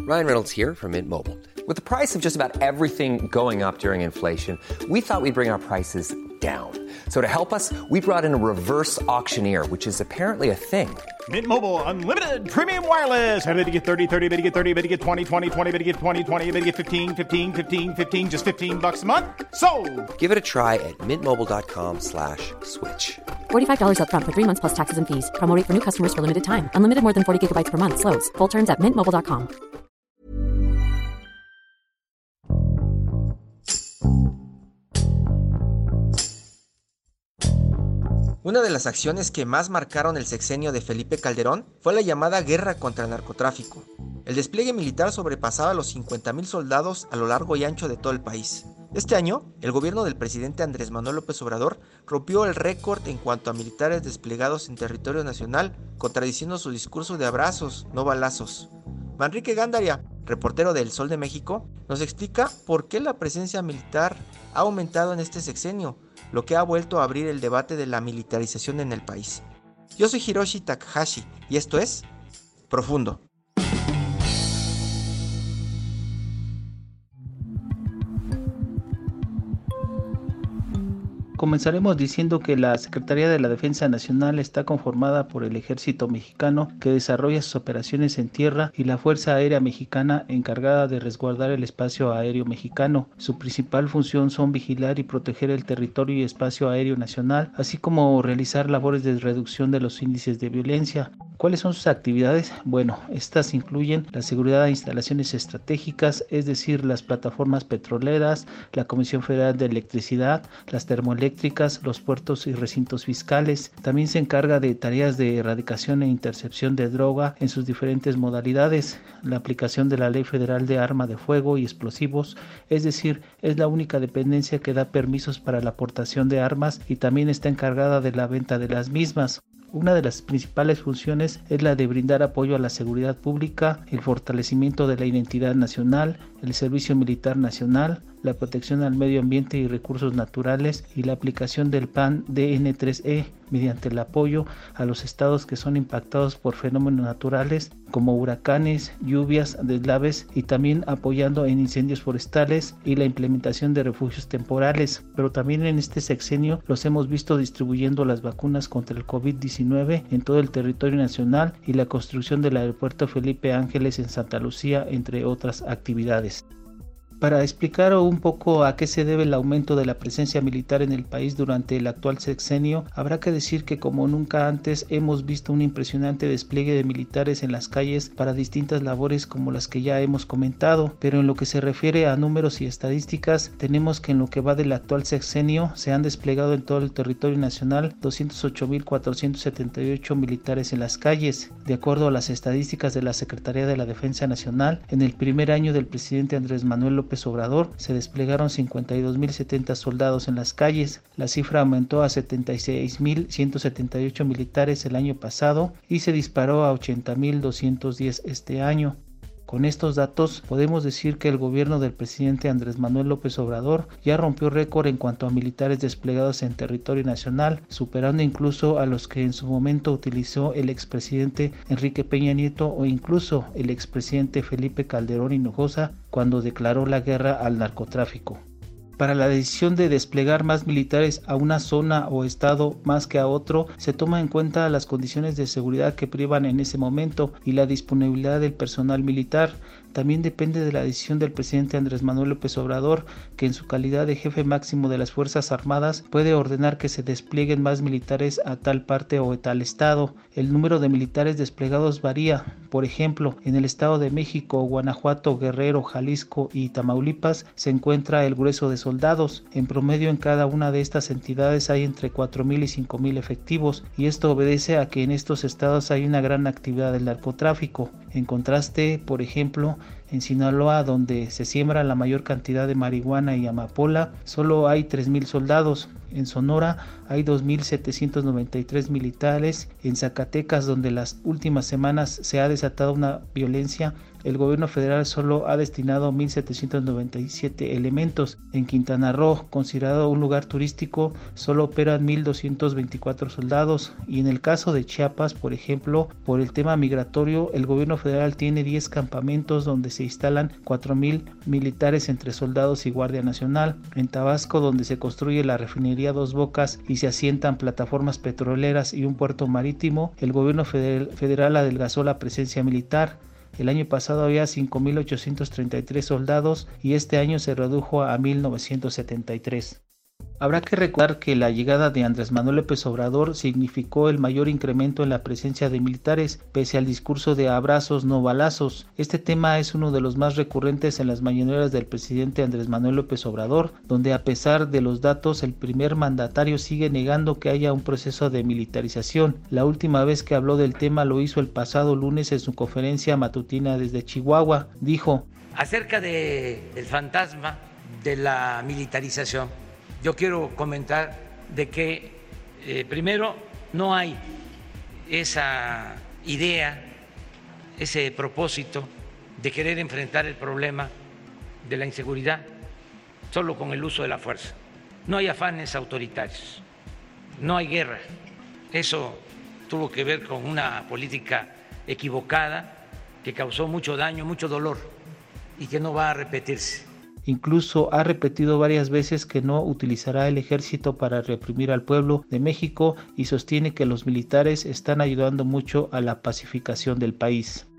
Ryan Reynolds here from Mint Mobile. With the price of just about everything going up during inflation, we thought we'd bring our prices down. So to help us, we brought in a reverse auctioneer, which is apparently a thing. Mint Mobile Unlimited Premium Wireless. How to get 30, 30, how to get 30, how to get 20, 20, 20, how to get 20, 20, how to get 15, 15, 15, 15, just $15 a month? Sold! Give it a try at mintmobile.com/switch. $45 up front for 3 months plus taxes and fees. Promo rate for new customers for limited time. Unlimited more than 40 gigabytes per month. Slows full terms at mintmobile.com. Una de las acciones que más marcaron el sexenio de Felipe Calderón fue la llamada guerra contra el narcotráfico. El despliegue militar sobrepasaba los 50,000 soldados a lo largo y ancho de todo el país. Este año, el gobierno del presidente Andrés Manuel López Obrador rompió el récord en cuanto a militares desplegados en territorio nacional, contradiciendo su discurso de abrazos, no balazos. Manrique Gándaria, reportero de El Sol de México, nos explica por qué la presencia militar ha aumentado en este sexenio, lo que ha vuelto a abrir el debate de la militarización en el país. Yo soy Hiroshi Takahashi y esto es Profundo. Comenzaremos diciendo que la Secretaría de la Defensa Nacional está conformada por el Ejército Mexicano, que desarrolla sus operaciones en tierra, y la Fuerza Aérea Mexicana, encargada de resguardar el espacio aéreo mexicano. Su principal función son vigilar y proteger el territorio y espacio aéreo nacional, así como realizar labores de reducción de los índices de violencia. ¿Cuáles son sus actividades? Bueno, estas incluyen la seguridad de instalaciones estratégicas, es decir, las plataformas petroleras, la Comisión Federal de Electricidad, las termoeléctricas, los puertos y recintos fiscales. También se encarga de tareas de erradicación e intercepción de droga en sus diferentes modalidades, la aplicación de la Ley Federal de Arma de Fuego y Explosivos, es decir, es la única dependencia que da permisos para la aportación de armas y también está encargada de la venta de las mismas. Una de las principales funciones es la de brindar apoyo a la seguridad pública, el fortalecimiento de la identidad nacional, el servicio militar nacional, la protección al medio ambiente y recursos naturales y la aplicación del plan DN3E mediante el apoyo a los estados que son impactados por fenómenos naturales como huracanes, lluvias, deslaves y también apoyando en incendios forestales y la implementación de refugios temporales. Pero también en este sexenio los hemos visto distribuyendo las vacunas contra el COVID-19 en todo el territorio nacional y la construcción del aeropuerto Felipe Ángeles en Santa Lucía, entre otras actividades. Para explicar un poco a qué se debe el aumento de la presencia militar en el país durante el actual sexenio, habrá que decir que como nunca antes hemos visto un impresionante despliegue de militares en las calles para distintas labores como las que ya hemos comentado, pero en lo que se refiere a números y estadísticas, tenemos que en lo que va del actual sexenio se han desplegado en todo el territorio nacional 208,478 militares en las calles. De acuerdo a las estadísticas de la Secretaría de la Defensa Nacional, en el primer año del presidente Andrés Manuel López Obrador se desplegaron 52,070 soldados en las calles. La cifra aumentó a 76,178 militares el año pasado y se disparó a 80,210 este año. Con estos datos podemos decir que el gobierno del presidente Andrés Manuel López Obrador ya rompió récord en cuanto a militares desplegados en territorio nacional, superando incluso a los que en su momento utilizó el expresidente Enrique Peña Nieto o incluso el expresidente Felipe Calderón Hinojosa cuando declaró la guerra al narcotráfico. Para la decisión de desplegar más militares a una zona o estado más que a otro, se toma en cuenta las condiciones de seguridad que privan en ese momento y la disponibilidad del personal militar. También depende de la decisión del presidente Andrés Manuel López Obrador, que en su calidad de jefe máximo de las Fuerzas Armadas puede ordenar que se desplieguen más militares a tal parte o a tal estado. El número de militares desplegados varía. Por ejemplo, en el Estado de México, Guanajuato, Guerrero, Jalisco y Tamaulipas se encuentra el grueso de soldados. En promedio en cada una de estas entidades hay entre 4,000 y 5,000 efectivos, y esto obedece a que en estos estados hay una gran actividad del narcotráfico. En contraste, por ejemplo, en Sinaloa, donde se siembra la mayor cantidad de marihuana y amapola, solo hay 3,000 soldados. En Sonora hay 2,793 militares. En Zacatecas, donde las últimas semanas se ha desatado una violencia, el gobierno federal solo ha destinado 1,797 elementos. En Quintana Roo, considerado un lugar turístico, solo operan 1,224 soldados, y en el caso de Chiapas, por ejemplo, por el tema migratorio, el gobierno federal tiene 10 campamentos donde se instalan 4,000 militares entre soldados y Guardia Nacional. En Tabasco, donde se construye la refinería Dos Bocas y se asientan plataformas petroleras y un puerto marítimo, el gobierno federal adelgazó la presencia militar. El año pasado había 5,833 soldados y este año se redujo a 1,973. Habrá que recordar que la llegada de Andrés Manuel López Obrador significó el mayor incremento en la presencia de militares, pese al discurso de abrazos no balazos. Este tema es uno de los más recurrentes en las mañaneras del presidente Andrés Manuel López Obrador, donde a pesar de los datos, el primer mandatario sigue negando que haya un proceso de militarización. La última vez que habló del tema lo hizo el pasado lunes en su conferencia matutina desde Chihuahua. Dijo: acerca del fantasma de la militarización, yo quiero comentar de que primero no hay esa idea, ese propósito de querer enfrentar el problema de la inseguridad solo con el uso de la fuerza. No hay afanes autoritarios, no hay guerra. Eso tuvo que ver con una política equivocada que causó mucho daño, mucho dolor y que no va a repetirse. Incluso ha repetido varias veces que no utilizará el ejército para reprimir al pueblo de México y sostiene que los militares están ayudando mucho a la pacificación del país.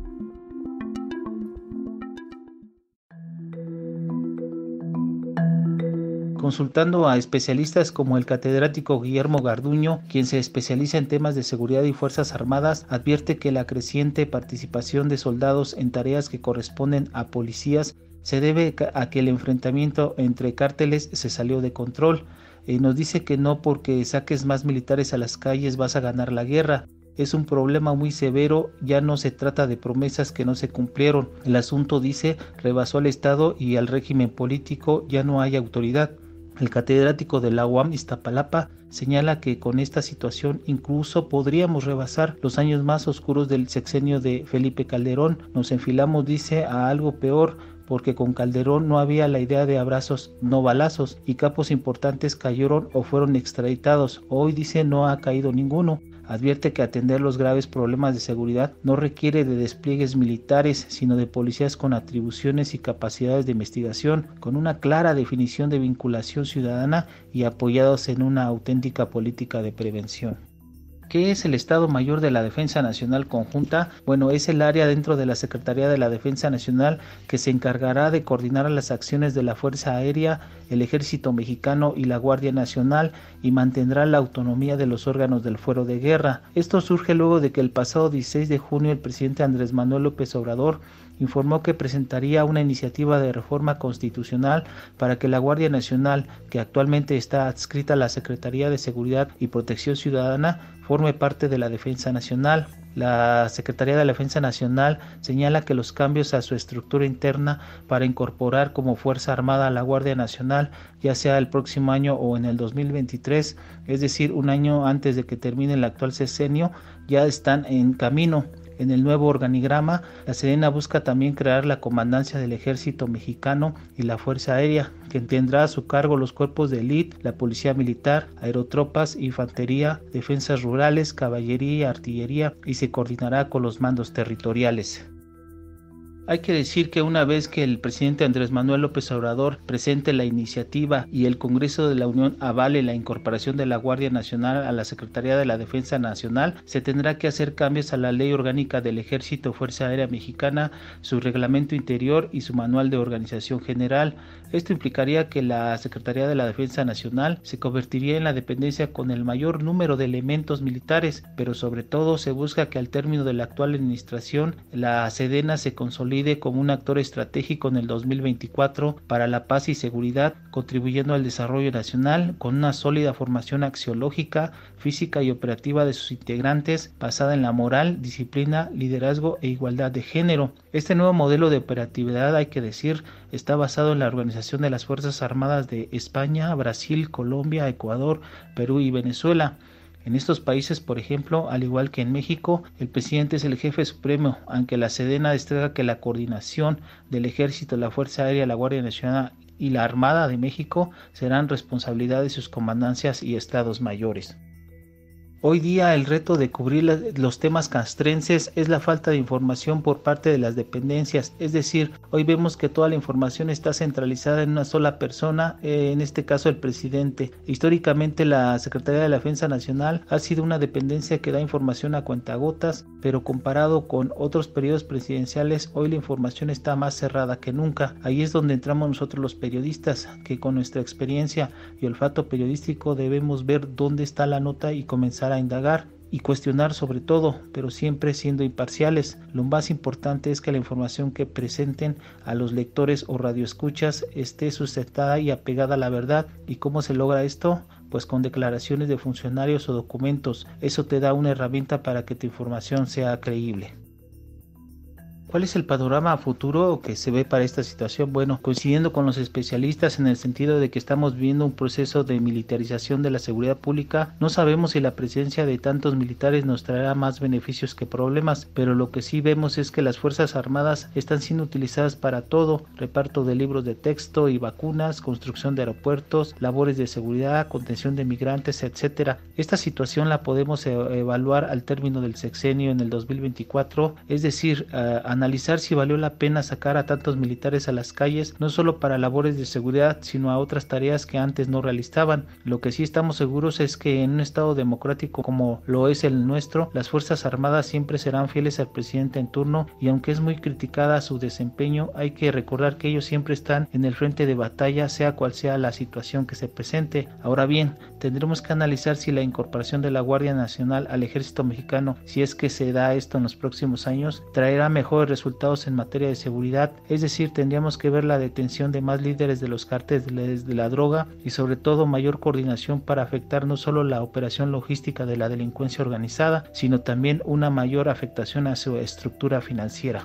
Consultando a especialistas como el catedrático Guillermo Garduño, quien se especializa en temas de seguridad y fuerzas armadas, advierte que la creciente participación de soldados en tareas que corresponden a policías se debe a que el enfrentamiento entre cárteles se salió de control. Nos dice que no porque saques más militares a las calles vas a ganar la guerra. Es un problema muy severo, ya no se trata de promesas que no se cumplieron. El asunto, dice, rebasó al Estado y al régimen político, ya no hay autoridad. El catedrático de la UAM Iztapalapa señala que con esta situación incluso podríamos rebasar los años más oscuros del sexenio de Felipe Calderón. Nos enfilamos, dice, a algo peor, porque con Calderón no había la idea de abrazos no balazos y capos importantes cayeron o fueron extraditados. Hoy, dice, no ha caído ninguno. Advierte que atender los graves problemas de seguridad no requiere de despliegues militares, sino de policías con atribuciones y capacidades de investigación, con una clara definición de vinculación ciudadana y apoyados en una auténtica política de prevención. ¿Qué es el Estado Mayor de la Defensa Nacional Conjunta? Bueno, es el área dentro de la Secretaría de la Defensa Nacional que se encargará de coordinar las acciones de la Fuerza Aérea, el Ejército Mexicano y la Guardia Nacional y mantendrá la autonomía de los órganos del fuero de guerra. Esto surge luego de que el pasado 16 de junio el presidente Andrés Manuel López Obrador informó que presentaría una iniciativa de reforma constitucional para que la Guardia Nacional, que actualmente está adscrita a la Secretaría de Seguridad y Protección Ciudadana, forme parte de la Defensa Nacional. La Secretaría de la Defensa Nacional señala que los cambios a su estructura interna para incorporar como Fuerza Armada a la Guardia Nacional, ya sea el próximo año o en el 2023, es decir, un año antes de que termine el actual sexenio, ya están en camino. En el nuevo organigrama, la Sedena busca también crear la Comandancia del Ejército Mexicano y la Fuerza Aérea, que tendrá a su cargo los cuerpos de élite, la Policía Militar, Aerotropas, Infantería, Defensas Rurales, Caballería y Artillería, y se coordinará con los mandos territoriales. Hay que decir que una vez que el presidente Andrés Manuel López Obrador presente la iniciativa y el Congreso de la Unión avale la incorporación de la Guardia Nacional a la Secretaría de la Defensa Nacional, se tendrá que hacer cambios a la Ley Orgánica del Ejército Fuerza Aérea Mexicana, su reglamento interior y su manual de organización general. Esto implicaría que la Secretaría de la Defensa Nacional se convertiría en la dependencia con el mayor número de elementos militares, pero sobre todo se busca que al término de la actual administración la Sedena se consolide como un actor estratégico en el 2024 para la paz y seguridad, contribuyendo al desarrollo nacional con una sólida formación axiológica, física y operativa de sus integrantes, basada en la moral, disciplina, liderazgo e igualdad de género. Este nuevo modelo de operatividad, hay que decir, está basado en la organización de las Fuerzas Armadas de España, Brasil, Colombia, Ecuador, Perú y Venezuela. En estos países, por ejemplo, al igual que en México, el presidente es el jefe supremo, aunque la Sedena destaca que la coordinación del Ejército, la Fuerza Aérea, la Guardia Nacional y la Armada de México serán responsabilidad de sus comandancias y estados mayores. Hoy día el reto de cubrir los temas castrenses es la falta de información por parte de las dependencias, es decir, hoy vemos que toda la información está centralizada en una sola persona, en este caso el presidente. Históricamente la Secretaría de la Defensa Nacional ha sido una dependencia que da información a cuentagotas, pero comparado con otros periodos presidenciales, hoy la información está más cerrada que nunca. Ahí es donde entramos nosotros los periodistas, que con nuestra experiencia y olfato periodístico debemos ver dónde está la nota y comenzar a indagar y cuestionar sobre todo, pero siempre siendo imparciales. Lo más importante es que la información que presenten a los lectores o radioescuchas esté sustentada y apegada a la verdad. ¿Y cómo se logra esto? Pues con declaraciones de funcionarios o documentos. Eso te da una herramienta para que tu información sea creíble. ¿Cuál es el panorama futuro que se ve para esta situación? Bueno, coincidiendo con los especialistas en el sentido de que estamos viendo un proceso de militarización de la seguridad pública, no sabemos si la presencia de tantos militares nos traerá más beneficios que problemas, pero lo que sí vemos es que las Fuerzas Armadas están siendo utilizadas para todo: reparto de libros de texto y vacunas, construcción de aeropuertos, labores de seguridad, contención de migrantes, etc. Esta situación la podemos evaluar al término del sexenio en el 2024, es decir, analizar si valió la pena sacar a tantos militares a las calles, no solo para labores de seguridad, sino a otras tareas que antes no realizaban. Lo que sí estamos seguros es que en un estado democrático como lo es el nuestro, las Fuerzas Armadas siempre serán fieles al presidente en turno, y aunque es muy criticada su desempeño, hay que recordar que ellos siempre están en el frente de batalla, sea cual sea la situación que se presente. Ahora bien, tendremos que analizar si la incorporación de la Guardia Nacional al Ejército Mexicano, si es que se da esto en los próximos años, traerá mejores resultados en materia de seguridad. Es decir, tendríamos que ver la detención de más líderes de los cárteles de la droga y sobre todo mayor coordinación para afectar no solo la operación logística de la delincuencia organizada, sino también una mayor afectación a su estructura financiera.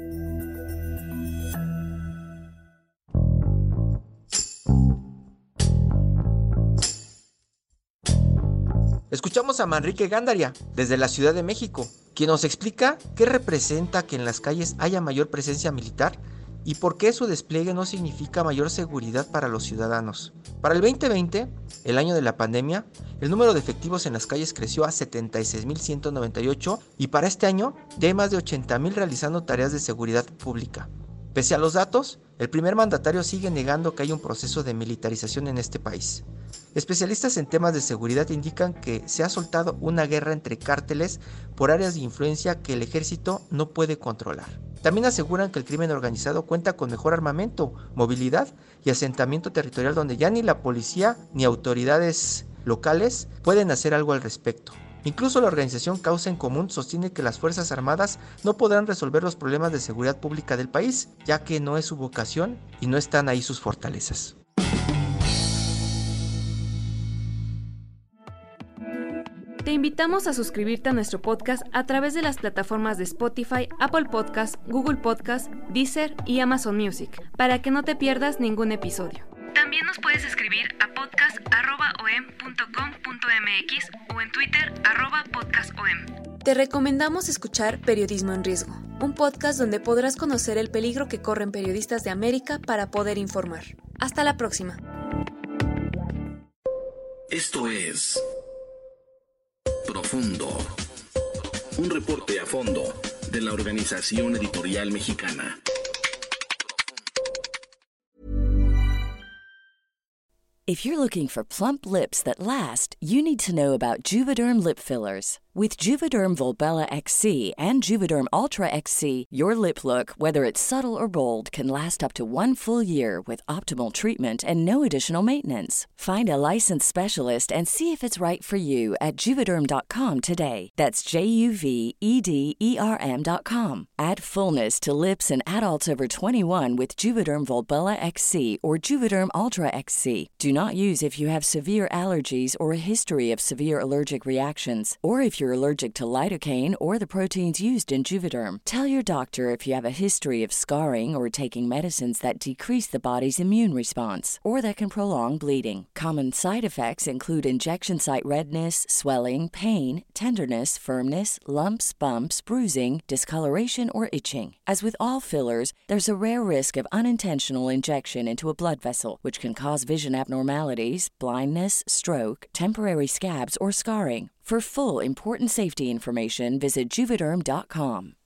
Escuchamos a Manrique Gándara, desde la Ciudad de México, quien nos explica qué representa que en las calles haya mayor presencia militar y por qué su despliegue no significa mayor seguridad para los ciudadanos. Para el 2020, el año de la pandemia, el número de efectivos en las calles creció a 76.198 y para este año ya hay más de 80.000 realizando tareas de seguridad pública. Pese a los datos, el primer mandatario sigue negando que hay un proceso de militarización en este país. Especialistas en temas de seguridad indican que se ha soltado una guerra entre cárteles por áreas de influencia que el ejército no puede controlar. También aseguran que el crimen organizado cuenta con mejor armamento, movilidad y asentamiento territorial donde ya ni la policía ni autoridades locales pueden hacer algo al respecto. Incluso la organización Causa en Común sostiene que las Fuerzas Armadas no podrán resolver los problemas de seguridad pública del país, ya que no es su vocación y no están ahí sus fortalezas. Te invitamos a suscribirte a nuestro podcast a través de las plataformas de Spotify, Apple Podcasts, Google Podcasts, Deezer y Amazon Music, para que no te pierdas ningún episodio. También nos puedes escribir a podcast@oem.com.mx o en Twitter @podcastom. Te recomendamos escuchar Periodismo en Riesgo, un podcast donde podrás conocer el peligro que corren periodistas de América para poder informar. Hasta la próxima. Esto es Profundo, un reporte a fondo de la Organización Editorial Mexicana. If you're looking for plump lips that last, you need to know about Juvederm lip fillers. With Juvederm Volbella XC and Juvederm Ultra XC, your lip look, whether it's subtle or bold, can last up to 1 full year with optimal treatment and no additional maintenance. Find a licensed specialist and see if it's right for you at Juvederm.com today. That's JUVEDERM.com. Add fullness to lips in adults over 21 with Juvederm Volbella XC or Juvederm Ultra XC. Do not use if you have severe allergies or a history of severe allergic reactions, or if you're you're allergic to lidocaine or the proteins used in Juvederm. Tell your doctor if you have a history of scarring or taking medicines that decrease the body's immune response or that can prolong bleeding. Common side effects include injection site redness, swelling, pain, tenderness, firmness, lumps, bumps, bruising, discoloration, or itching. As with all fillers, there's a rare risk of unintentional injection into a blood vessel, which can cause vision abnormalities, blindness, stroke, temporary scabs, or scarring. For full, important safety information, visit Juvederm.com.